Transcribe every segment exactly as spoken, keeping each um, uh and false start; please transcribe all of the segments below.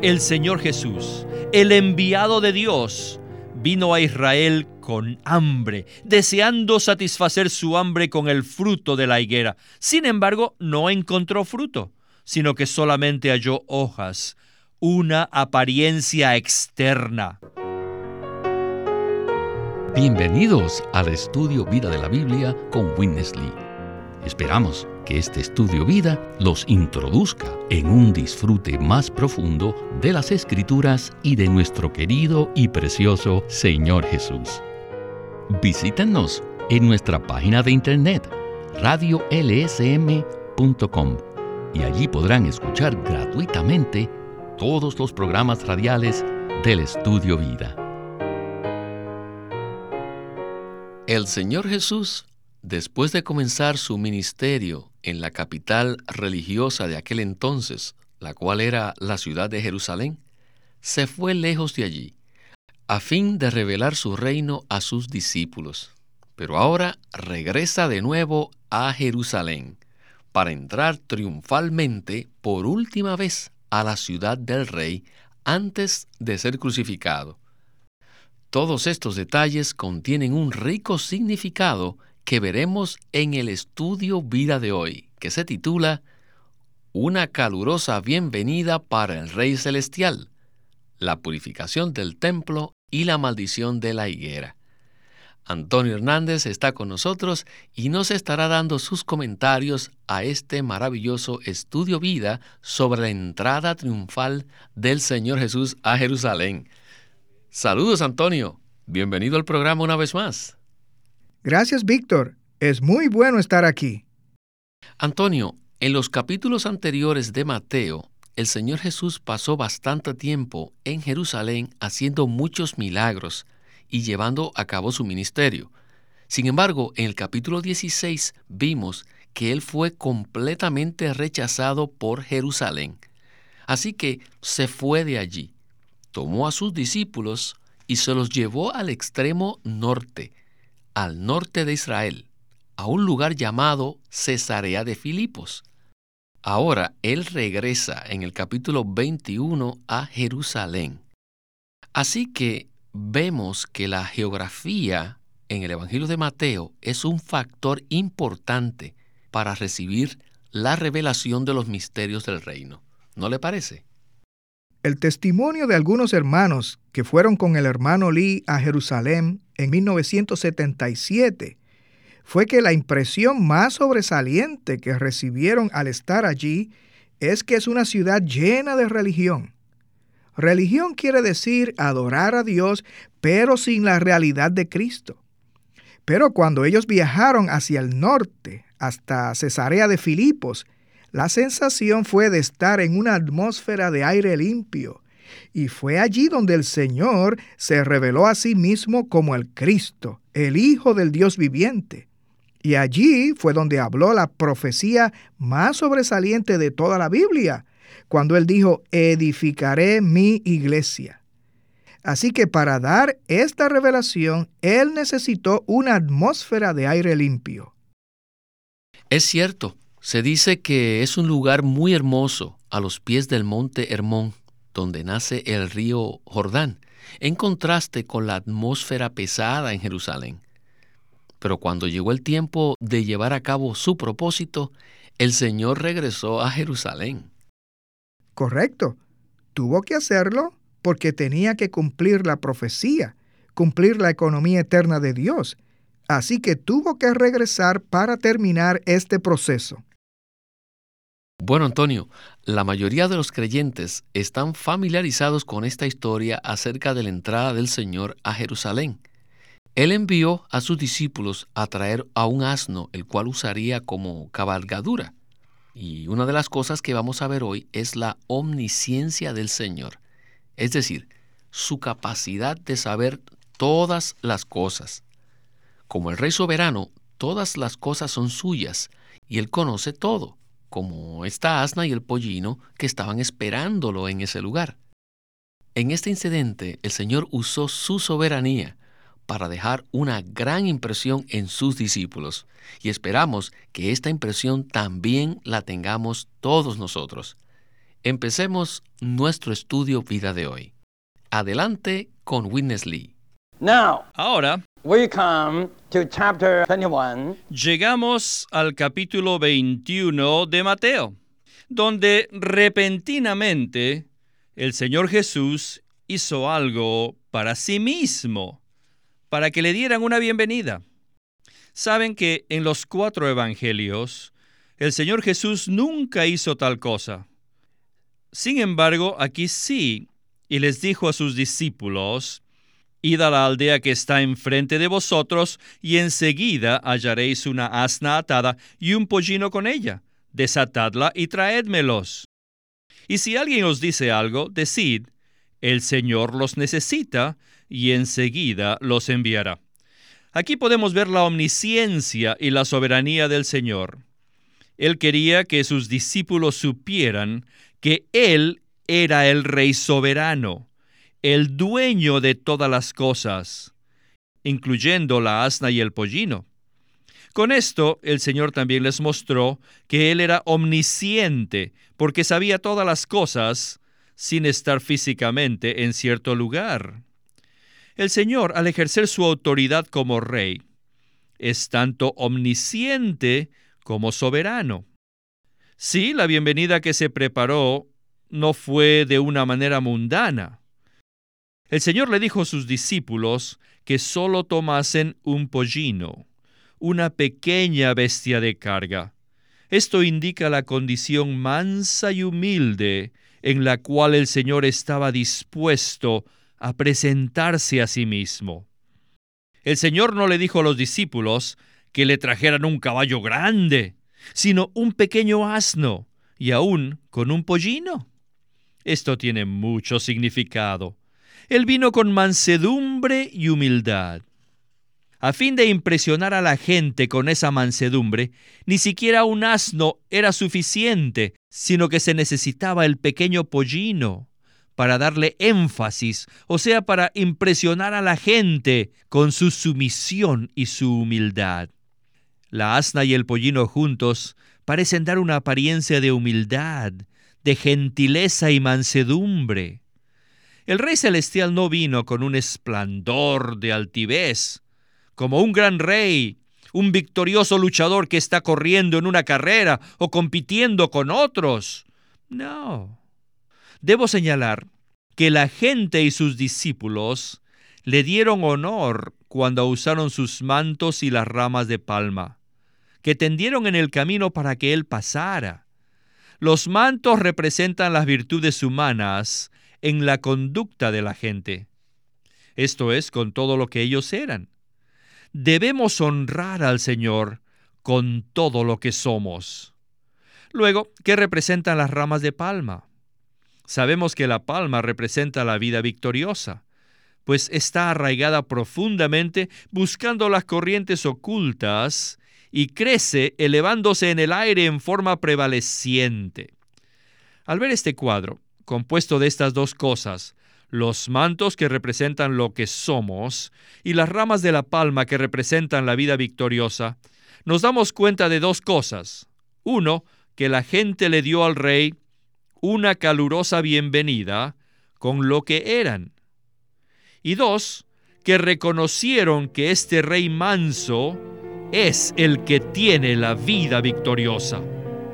El Señor Jesús, el enviado de Dios, vino a Israel con hambre, deseando satisfacer su hambre con el fruto de la higuera. Sin embargo, no encontró fruto, sino que solamente halló hojas, una apariencia externa. Bienvenidos al estudio Vida de la Biblia con Witness Lee. Esperamos que este estudio vida los introduzca en un disfrute más profundo de las Escrituras y de nuestro querido y precioso Señor Jesús. Visítenos en nuestra página de internet radio l s m punto com y allí podrán escuchar gratuitamente todos los programas radiales del estudio vida. El Señor Jesús, después de comenzar su ministerio en la capital religiosa de aquel entonces, la cual era la ciudad de Jerusalén, se fue lejos de allí, a fin de revelar su reino a sus discípulos. Pero ahora regresa de nuevo a Jerusalén, para entrar triunfalmente por última vez a la ciudad del Rey antes de ser crucificado. Todos estos detalles contienen un rico significado que veremos en el estudio vida de hoy, que se titula Una calurosa bienvenida para el Rey Celestial, la purificación del templo y la maldición de la higuera. Antonio Hernández está con nosotros y nos estará dando sus comentarios a este maravilloso estudio vida sobre la entrada triunfal del Señor Jesús a Jerusalén. Saludos, Antonio. Bienvenido al programa una vez más. Gracias, Víctor. Es muy bueno estar aquí. Antonio, en los capítulos anteriores de Mateo, el Señor Jesús pasó bastante tiempo en Jerusalén haciendo muchos milagros y llevando a cabo su ministerio. Sin embargo, en el capítulo dieciséis vimos que Él fue completamente rechazado por Jerusalén. Así que se fue de allí, tomó a sus discípulos y se los llevó al extremo norte, al norte de Israel, a un lugar llamado Cesarea de Filipos. Ahora Él regresa en el capítulo veintiuno a Jerusalén. Así que vemos que la geografía en el Evangelio de Mateo es un factor importante para recibir la revelación de los misterios del reino. ¿No le parece? El testimonio de algunos hermanos que fueron con el hermano Lee a Jerusalén en mil novecientos setenta y siete fue que la impresión más sobresaliente que recibieron al estar allí es que es una ciudad llena de religión. Religión quiere decir adorar a Dios, pero sin la realidad de Cristo. Pero cuando ellos viajaron hacia el norte, hasta Cesarea de Filipos, la sensación fue de estar en una atmósfera de aire limpio, y fue allí donde el Señor se reveló a sí mismo como el Cristo, el Hijo del Dios viviente. Y allí fue donde habló la profecía más sobresaliente de toda la Biblia, cuando Él dijo, edificaré mi iglesia. Así que para dar esta revelación, Él necesitó una atmósfera de aire limpio. Es cierto. Se dice que es un lugar muy hermoso a los pies del monte Hermón, donde nace el río Jordán, en contraste con la atmósfera pesada en Jerusalén. Pero cuando llegó el tiempo de llevar a cabo su propósito, el Señor regresó a Jerusalén. Correcto. Tuvo que hacerlo porque tenía que cumplir la profecía, cumplir la economía eterna de Dios. Así que tuvo que regresar para terminar este proceso. Bueno, Antonio, la mayoría de los creyentes están familiarizados con esta historia acerca de la entrada del Señor a Jerusalén. Él envió a sus discípulos a traer a un asno, el cual usaría como cabalgadura. Y una de las cosas que vamos a ver hoy es la omnisciencia del Señor, es decir, su capacidad de saber todas las cosas. Como el Rey soberano, todas las cosas son suyas y Él conoce todo, como esta asna y el pollino que estaban esperándolo en ese lugar. En este incidente, el Señor usó su soberanía para dejar una gran impresión en sus discípulos, y esperamos que esta impresión también la tengamos todos nosotros. Empecemos nuestro estudio vida de hoy. Adelante con Witness Lee. Now, Ahora we come to chapter twenty-one, llegamos al capítulo veintiuno de Mateo, donde repentinamente el Señor Jesús hizo algo para sí mismo, para que le dieran una bienvenida. Saben que en los cuatro evangelios, el Señor Jesús nunca hizo tal cosa. Sin embargo, aquí sí, y les dijo a sus discípulos: id a la aldea que está enfrente de vosotros, y enseguida hallaréis una asna atada y un pollino con ella. Desatadla y traédmelos. Y si alguien os dice algo, decid: el Señor los necesita, y enseguida los enviará. Aquí podemos ver la omnisciencia y la soberanía del Señor. Él quería que sus discípulos supieran que Él era el Rey soberano, el dueño de todas las cosas, incluyendo la asna y el pollino. Con esto, el Señor también les mostró que Él era omnisciente, porque sabía todas las cosas sin estar físicamente en cierto lugar. El Señor, al ejercer su autoridad como Rey, es tanto omnisciente como soberano. Sí, la bienvenida que se preparó no fue de una manera mundana. El Señor le dijo a sus discípulos que solo tomasen un pollino, una pequeña bestia de carga. Esto indica la condición mansa y humilde en la cual el Señor estaba dispuesto a presentarse a sí mismo. El Señor no le dijo a los discípulos que le trajeran un caballo grande, sino un pequeño asno, y aún con un pollino. Esto tiene mucho significado. Él vino con mansedumbre y humildad. A fin de impresionar a la gente con esa mansedumbre, ni siquiera un asno era suficiente, sino que se necesitaba el pequeño pollino para darle énfasis, o sea, para impresionar a la gente con su sumisión y su humildad. La asna y el pollino juntos parecen dar una apariencia de humildad, de gentileza y mansedumbre. El Rey Celestial no vino con un esplendor de altivez, como un gran rey, un victorioso luchador que está corriendo en una carrera o compitiendo con otros. No. Debo señalar que la gente y sus discípulos le dieron honor cuando usaron sus mantos y las ramas de palma, que tendieron en el camino para que él pasara. Los mantos representan las virtudes humanas en la conducta de la gente. Esto es, con todo lo que ellos eran. Debemos honrar al Señor con todo lo que somos. Luego, ¿qué representan las ramas de palma? Sabemos que la palma representa la vida victoriosa, pues está arraigada profundamente buscando las corrientes ocultas y crece elevándose en el aire en forma prevaleciente. Al ver este cuadro, compuesto de estas dos cosas, los mantos que representan lo que somos y las ramas de la palma que representan la vida victoriosa, nos damos cuenta de dos cosas. Uno, que la gente le dio al rey una calurosa bienvenida con lo que eran. Y dos, que reconocieron que este rey manso es el que tiene la vida victoriosa.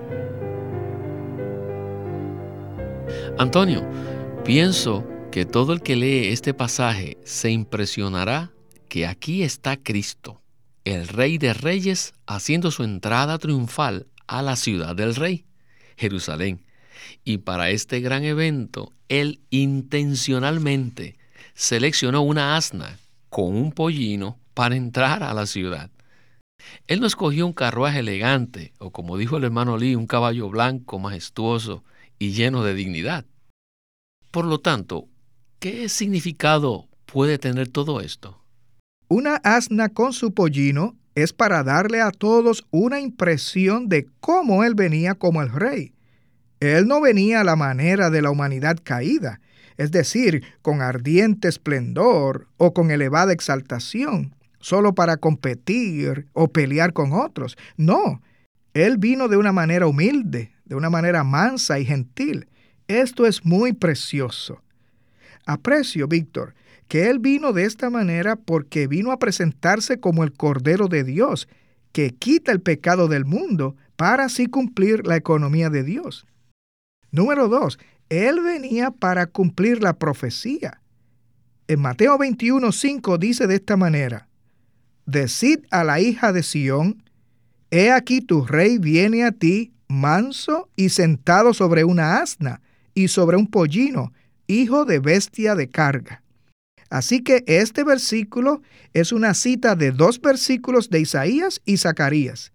Antonio, pienso que todo el que lee este pasaje se impresionará que aquí está Cristo, el Rey de Reyes, haciendo su entrada triunfal a la ciudad del Rey, Jerusalén. Y para este gran evento, Él intencionalmente seleccionó una asna con un pollino para entrar a la ciudad. Él no escogió un carruaje elegante, o como dijo el hermano Lee, un caballo blanco, majestuoso y lleno de dignidad. Por lo tanto, ¿qué significado puede tener todo esto? Una asna con su pollino es para darle a todos una impresión de cómo él venía como el rey. Él no venía a la manera de la humanidad caída, es decir, con ardiente esplendor o con elevada exaltación, solo para competir o pelear con otros. No, él vino de una manera humilde, de una manera mansa y gentil. Esto es muy precioso. Aprecio, Víctor, que Él vino de esta manera porque vino a presentarse como el Cordero de Dios, que quita el pecado del mundo para así cumplir la economía de Dios. Número dos, Él venía para cumplir la profecía. En Mateo veintiuno, cinco dice de esta manera: Decid a la hija de Sión, he aquí tu rey viene a ti, manso y sentado sobre una asna y sobre un pollino, hijo de bestia de carga. Así que este versículo es una cita de dos versículos de Isaías y Zacarías.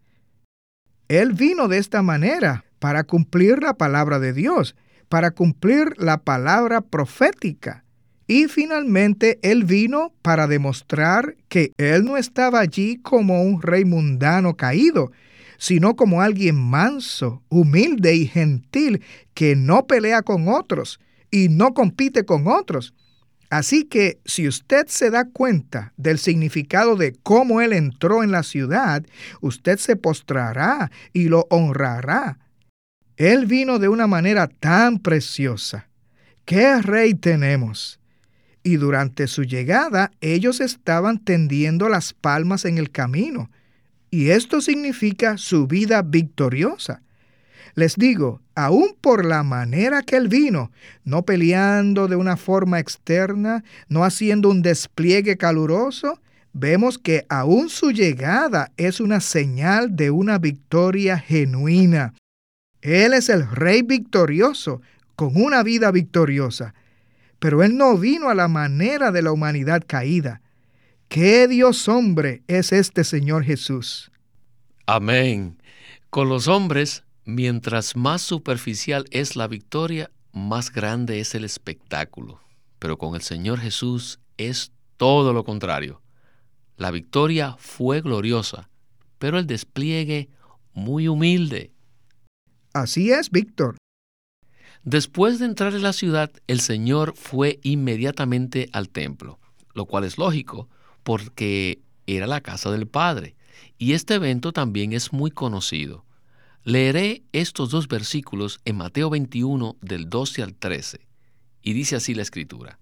Él vino de esta manera para cumplir la palabra de Dios, para cumplir la palabra profética. Y finalmente Él vino para demostrar que Él no estaba allí como un rey mundano caído, sino como alguien manso, humilde y gentil que no pelea con otros y no compite con otros. Así que si usted se da cuenta del significado de cómo Él entró en la ciudad, usted se postrará y lo honrará. Él vino de una manera tan preciosa. ¡Qué rey tenemos! Y durante su llegada, ellos estaban tendiendo las palmas en el camino. Y esto significa su vida victoriosa. Les digo, aún por la manera que Él vino, no peleando de una forma externa, no haciendo un despliegue caluroso, vemos que aún su llegada es una señal de una victoria genuina. Él es el Rey victorioso, con una vida victoriosa. Pero Él no vino a la manera de la humanidad caída. ¡Qué Dios hombre es este Señor Jesús! Amén. Con los hombres, mientras más superficial es la victoria, más grande es el espectáculo. Pero con el Señor Jesús es todo lo contrario. La victoria fue gloriosa, pero el despliegue muy humilde. Así es, Víctor. Después de entrar en la ciudad, el Señor fue inmediatamente al templo, lo cual es lógico, porque era la casa del Padre. Y este evento también es muy conocido. Leeré estos dos versículos en Mateo veintiuno, del doce al trece, y dice así la Escritura.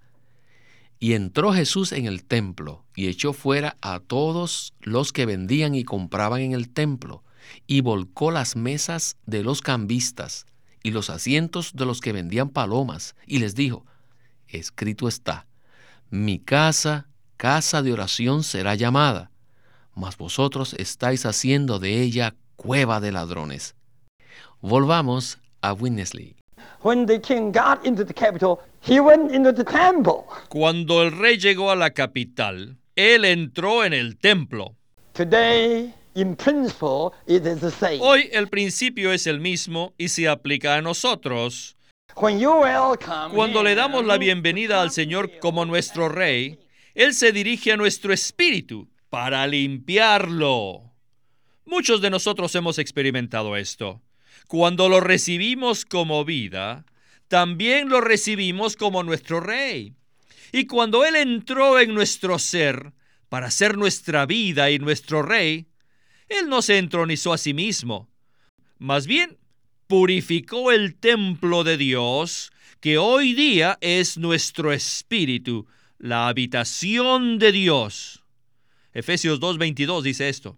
Y entró Jesús en el templo, y echó fuera a todos los que vendían y compraban en el templo, y volcó las mesas de los cambistas, y los asientos de los que vendían palomas, y les dijo, escrito está, mi casa, casa de oración será llamada, mas vosotros estáis haciendo de ella cueva de ladrones. Volvamos a Winnesley. When the king got into the capital, he went into the temple. Cuando el rey llegó a la capital, él entró en el templo. Today, in principle, it is the same. Hoy el principio es el mismo y se aplica a nosotros. When you welcome Cuando le damos la him, bienvenida al Señor como nuestro Rey, Él se dirige a nuestro espíritu para limpiarlo. Muchos de nosotros hemos experimentado esto. Cuando lo recibimos como vida, también lo recibimos como nuestro Rey. Y cuando Él entró en nuestro ser para ser nuestra vida y nuestro Rey, Él no se entronizó a sí mismo. Más bien, purificó el templo de Dios, que hoy día es nuestro espíritu, la habitación de Dios. Efesios dos veintidós dice esto.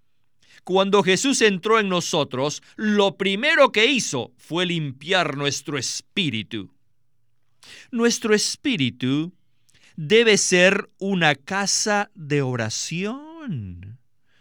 Cuando Jesús entró en nosotros, lo primero que hizo fue limpiar nuestro espíritu. Nuestro espíritu debe ser una casa de oración.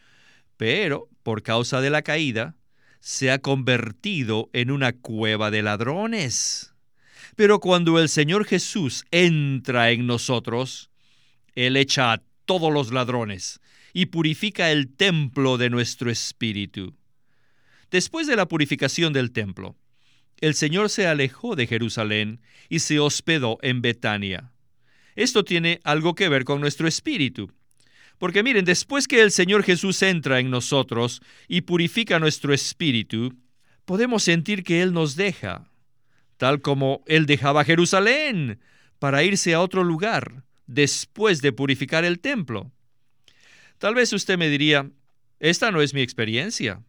Pero, por causa de la caída, se ha convertido en una cueva de ladrones. Pero cuando el Señor Jesús entra en nosotros, Él echa a todos los ladrones y purifica el templo de nuestro espíritu. Después de la purificación del templo, el Señor se alejó de Jerusalén y se hospedó en Betania. Esto tiene algo que ver con nuestro espíritu. Porque miren, después que el Señor Jesús entra en nosotros y purifica nuestro espíritu, podemos sentir que Él nos deja, tal como Él dejaba Jerusalén para irse a otro lugar después de purificar el templo. Tal vez usted me diría, esta no es mi experiencia.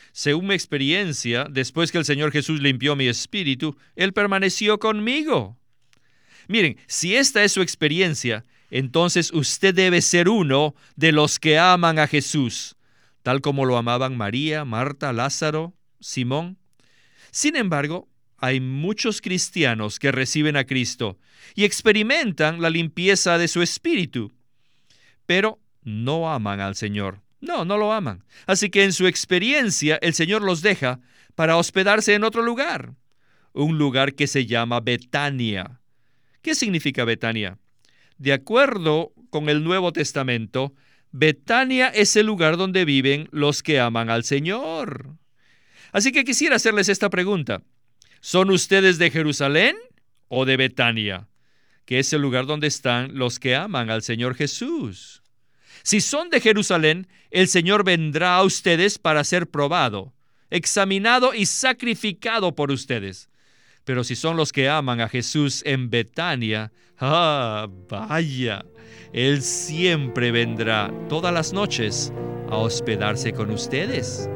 Según mi experiencia, después que el Señor Jesús limpió mi espíritu, Él permaneció conmigo. Miren, si esta es su experiencia, entonces usted debe ser uno de los que aman a Jesús, tal como lo amaban María, Marta, Lázaro, Simón. Sin embargo, hay muchos cristianos que reciben a Cristo y experimentan la limpieza de su espíritu, pero no aman al Señor. No, no lo aman. Así que en su experiencia, el Señor los deja para hospedarse en otro lugar, un lugar que se llama Betania. ¿Qué significa Betania? De acuerdo con el Nuevo Testamento, Betania es el lugar donde viven los que aman al Señor. Así que quisiera hacerles esta pregunta. ¿Son ustedes de Jerusalén o de Betania? Que es el lugar donde están los que aman al Señor Jesús. Si son de Jerusalén, el Señor vendrá a ustedes para ser probado, examinado y sacrificado por ustedes. Pero si son los que aman a Jesús en Betania, ¡ah, vaya! Él siempre vendrá todas las noches a hospedarse con ustedes.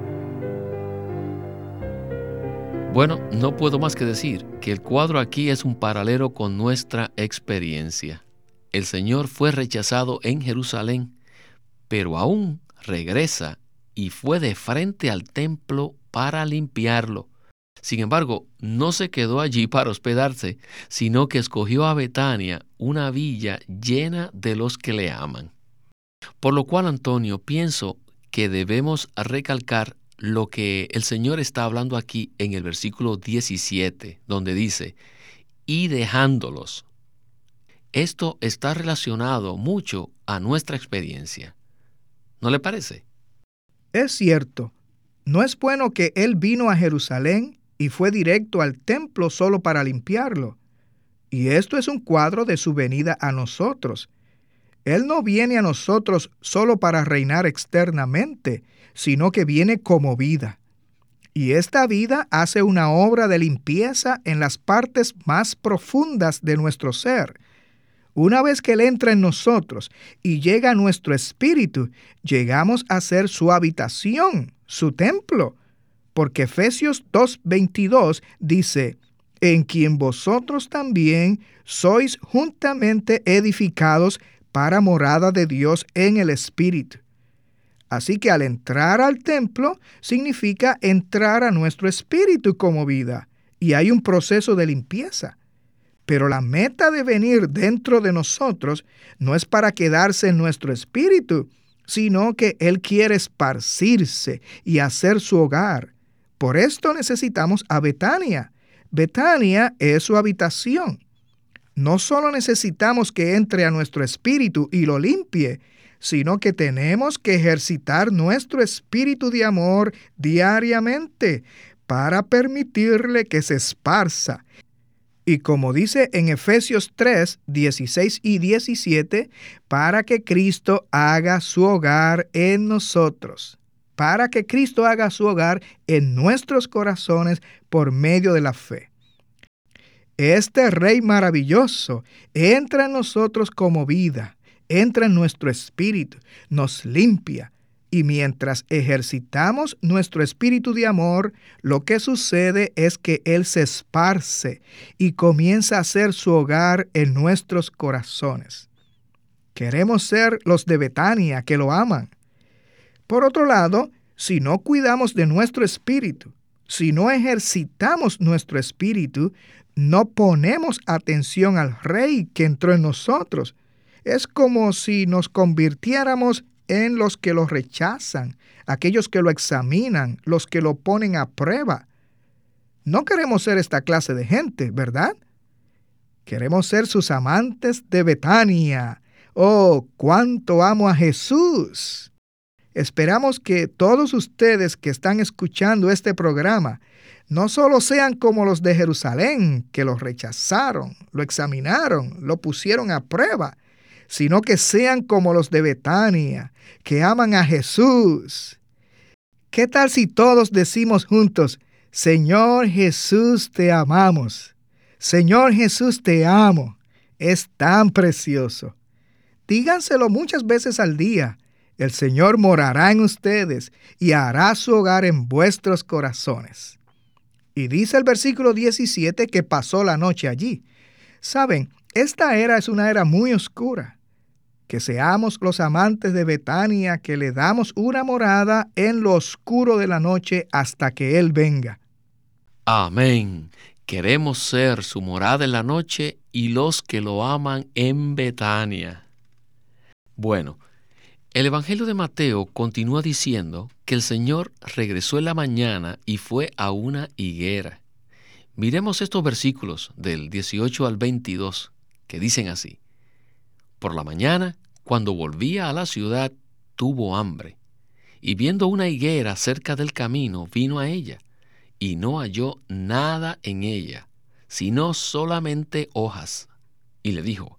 Bueno, no puedo más que decir que el cuadro aquí es un paralelo con nuestra experiencia. El Señor fue rechazado en Jerusalén, pero aún regresa y fue de frente al templo para limpiarlo. Sin embargo, no se quedó allí para hospedarse, sino que escogió a Betania, una villa llena de los que le aman. Por lo cual, Antonio, pienso que debemos recalcar lo que el Señor está hablando aquí en el versículo diecisiete, donde dice, y dejándolos. Esto está relacionado mucho a nuestra experiencia. ¿No le parece? Es cierto. No es bueno que Él vino a Jerusalén y fue directo al templo solo para limpiarlo. Y esto es un cuadro de su venida a nosotros. Él no viene a nosotros solo para reinar externamente, sino que viene como vida. Y esta vida hace una obra de limpieza en las partes más profundas de nuestro ser. Una vez que Él entra en nosotros y llega a nuestro espíritu, llegamos a ser su habitación, su templo. Porque Efesios dos veintidós dice, en quien vosotros también sois juntamente edificados para morada de Dios en el Espíritu. Así que al entrar al templo significa entrar a nuestro espíritu como vida, y hay un proceso de limpieza. Pero la meta de venir dentro de nosotros no es para quedarse en nuestro espíritu, sino que Él quiere esparcirse y hacer su hogar. Por esto necesitamos a Betania. Betania es su habitación. No solo necesitamos que entre a nuestro espíritu y lo limpie, sino que tenemos que ejercitar nuestro espíritu de amor diariamente para permitirle que se esparza. Y como dice en Efesios tres, dieciséis y diecisiete, para que Cristo haga su hogar en nosotros. Para que Cristo haga su hogar en nuestros corazones por medio de la fe. Este Rey maravilloso entra en nosotros como vida, entra en nuestro espíritu, nos limpia, y mientras ejercitamos nuestro espíritu de amor, lo que sucede es que Él se esparce y comienza a hacer su hogar en nuestros corazones. Queremos ser los de Betania que lo aman. Por otro lado, si no cuidamos de nuestro espíritu, si no ejercitamos nuestro espíritu, no ponemos atención al Rey que entró en nosotros. Es como si nos convirtiéramos en los que lo rechazan, aquellos que lo examinan, los que lo ponen a prueba. No queremos ser esta clase de gente, ¿verdad? Queremos ser sus amantes de Betania. ¡Oh, cuánto amo a Jesús! Esperamos que todos ustedes que están escuchando este programa no solo sean como los de Jerusalén, que lo rechazaron, lo examinaron, lo pusieron a prueba, sino que sean como los de Betania, que aman a Jesús. ¿Qué tal si todos decimos juntos, Señor Jesús, te amamos? Señor Jesús, te amo. Es tan precioso. Díganselo muchas veces al día. El Señor morará en ustedes y hará su hogar en vuestros corazones. Y dice el versículo diecisiete que pasó la noche allí. Saben, esta era es una era muy oscura. Que seamos los amantes de Betania, que le damos una morada en lo oscuro de la noche hasta que Él venga. Amén. Queremos ser su morada en la noche y los que lo aman en Betania. Bueno, el Evangelio de Mateo continúa diciendo que el Señor regresó en la mañana y fue a una higuera. Miremos estos versículos del dieciocho al veintidós, que dicen así. Por la mañana, cuando volvía a la ciudad, tuvo hambre, y viendo una higuera cerca del camino, vino a ella, y no halló nada en ella, sino solamente hojas. Y le dijo,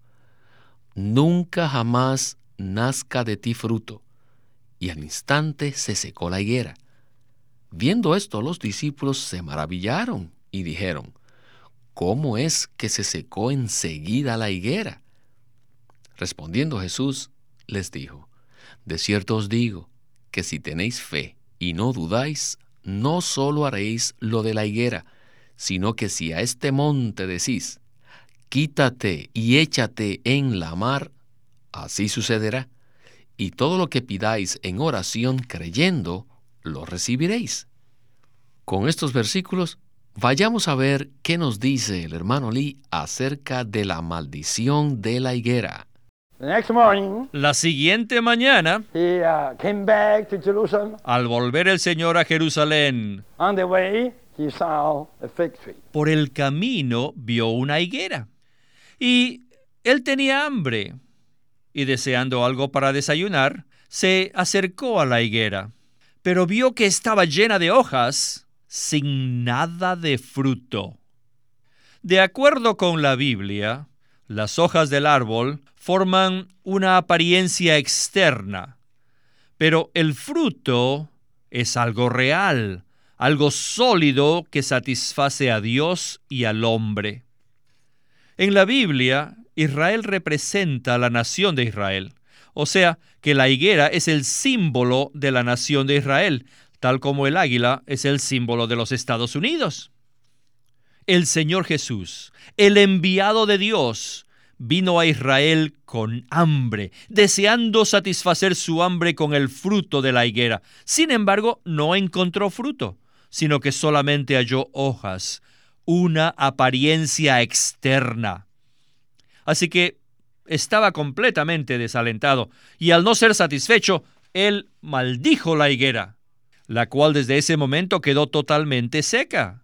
nunca jamás nazca de ti fruto. Y al instante se secó la higuera. Viendo esto, los discípulos se maravillaron y dijeron, ¿cómo es que se secó enseguida la higuera? Respondiendo Jesús, les dijo, de cierto os digo, que si tenéis fe y no dudáis, no solo haréis lo de la higuera, sino que si a este monte decís, quítate y échate en la mar, así sucederá, y todo lo que pidáis en oración creyendo, lo recibiréis. Con estos versículos, vayamos a ver qué nos dice el hermano Lee acerca de la maldición de la higuera. The next morning, La siguiente mañana, he uh, came back to Jerusalem. al volver el Señor a Jerusalén, On the way, he saw a fig tree. por el camino vio una higuera. Y él tenía hambre. Y deseando algo para desayunar, se acercó a la higuera. Pero vio que estaba llena de hojas, sin nada de fruto. De acuerdo con la Biblia, las hojas del árbol forman una apariencia externa, pero el fruto es algo real, algo sólido que satisface a Dios y al hombre. En la Biblia, Israel representa a la nación de Israel, o sea, que la higuera es el símbolo de la nación de Israel, tal como el águila es el símbolo de los Estados Unidos. El Señor Jesús, el enviado de Dios, vino a Israel con hambre, deseando satisfacer su hambre con el fruto de la higuera. Sin embargo, no encontró fruto, sino que solamente halló hojas, una apariencia externa. Así que estaba completamente desalentado, y al no ser satisfecho, él maldijo la higuera, la cual desde ese momento quedó totalmente seca.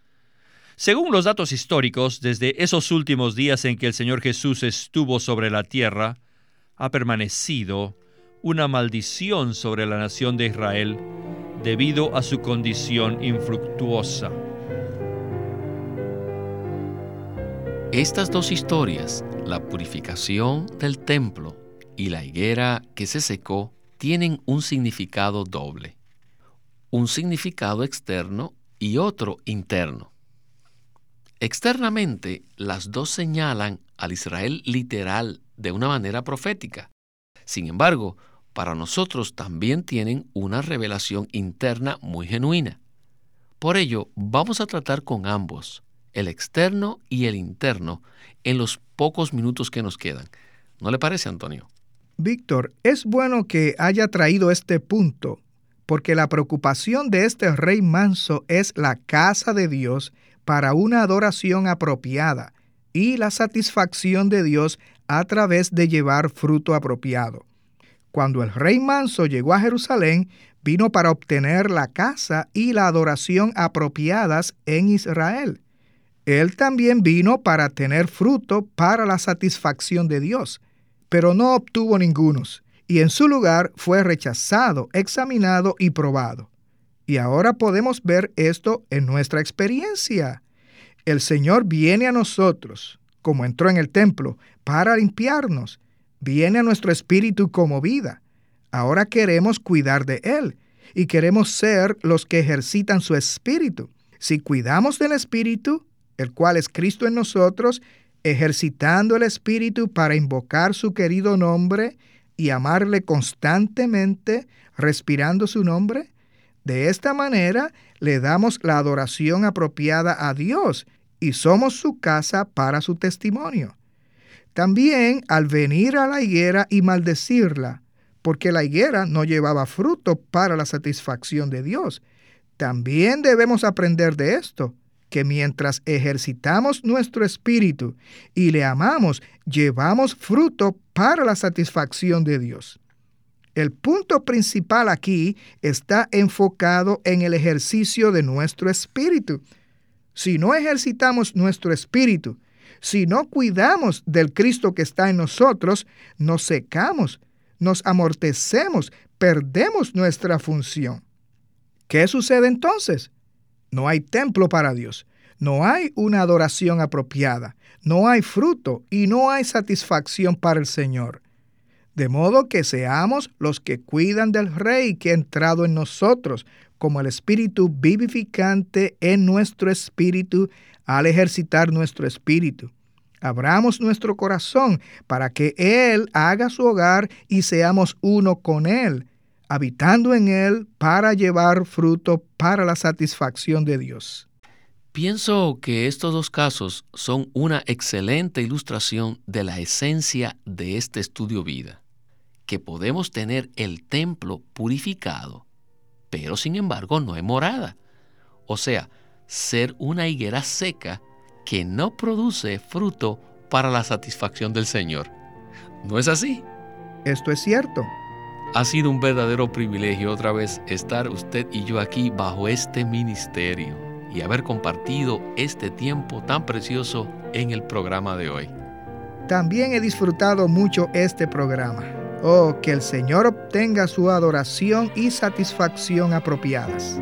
Según los datos históricos, desde esos últimos días en que el Señor Jesús estuvo sobre la tierra, ha permanecido una maldición sobre la nación de Israel debido a su condición infructuosa. Estas dos historias, la purificación del templo y la higuera que se secó, tienen un significado doble. Un significado externo y otro interno. Externamente, las dos señalan al Israel literal de una manera profética. Sin embargo, para nosotros también tienen una revelación interna muy genuina. Por ello, vamos a tratar con ambos, el externo y el interno, en los pocos minutos que nos quedan. ¿No le parece, Antonio? Víctor, es bueno que haya traído este punto, porque la preocupación de este rey manso es la casa de Dios para una adoración apropiada y la satisfacción de Dios a través de llevar fruto apropiado. Cuando el rey manso llegó a Jerusalén, vino para obtener la casa y la adoración apropiadas en Israel. Él también vino para tener fruto para la satisfacción de Dios, pero no obtuvo ningunos, y en su lugar fue rechazado, examinado y probado. Y ahora podemos ver esto en nuestra experiencia. El Señor viene a nosotros, como entró en el templo, para limpiarnos. Viene a nuestro espíritu como vida. Ahora queremos cuidar de Él y queremos ser los que ejercitan su espíritu. Si cuidamos del espíritu, el cual es Cristo en nosotros, ejercitando el espíritu para invocar su querido nombre, y amarle constantemente, respirando su nombre? De esta manera le damos la adoración apropiada a Dios y somos su casa para su testimonio. También al venir a la higuera y maldecirla, porque la higuera no llevaba fruto para la satisfacción de Dios, también debemos aprender de esto, que mientras ejercitamos nuestro espíritu y le amamos, llevamos fruto para la satisfacción de Dios. El punto principal aquí está enfocado en el ejercicio de nuestro espíritu. Si no ejercitamos nuestro espíritu, si no cuidamos del Cristo que está en nosotros, nos secamos, nos amortecemos, perdemos nuestra función. ¿Qué sucede entonces? No hay templo para Dios, no hay una adoración apropiada, no hay fruto y no hay satisfacción para el Señor. De modo que seamos los que cuidan del Rey que ha entrado en nosotros, como el Espíritu vivificante en nuestro espíritu al ejercitar nuestro espíritu. Abramos nuestro corazón para que Él haga su hogar y seamos uno con Él, habitando en Él para llevar fruto para la satisfacción de Dios. Pienso que estos dos casos son una excelente ilustración de la esencia de este estudio vida, que podemos tener el templo purificado, pero sin embargo no hay morada. O sea, ser una higuera seca que no produce fruto para la satisfacción del Señor. ¿No es así? Esto es cierto. Ha sido un verdadero privilegio otra vez estar usted y yo aquí bajo este ministerio y haber compartido este tiempo tan precioso en el programa de hoy. También he disfrutado mucho este programa. Oh, que el Señor obtenga su adoración y satisfacción apropiadas.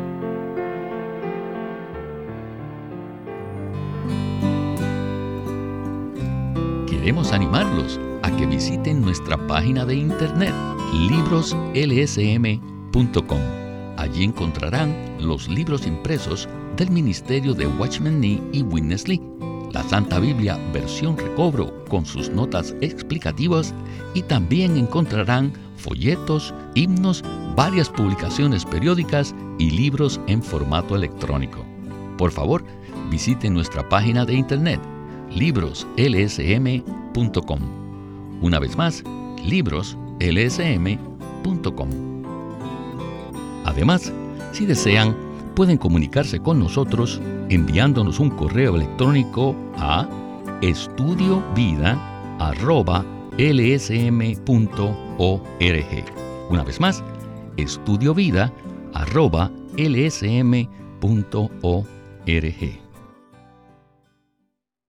Queremos animarlos a que visiten nuestra página de internet libros l s m punto com. Allí encontrarán los libros impresos del ministerio de Watchman Nee y Witness Lee, la Santa Biblia versión recobro con sus notas explicativas, y también encontrarán folletos, himnos, varias publicaciones periódicas y libros en formato electrónico. Por favor, visiten nuestra página de internet libros l s m punto com. Una vez más, libros l s m punto com. Además, si desean, pueden comunicarse con nosotros enviándonos un correo electrónico a estudiovida arroba l s m punto org. Una vez más, estudiovida arroba l s m punto org.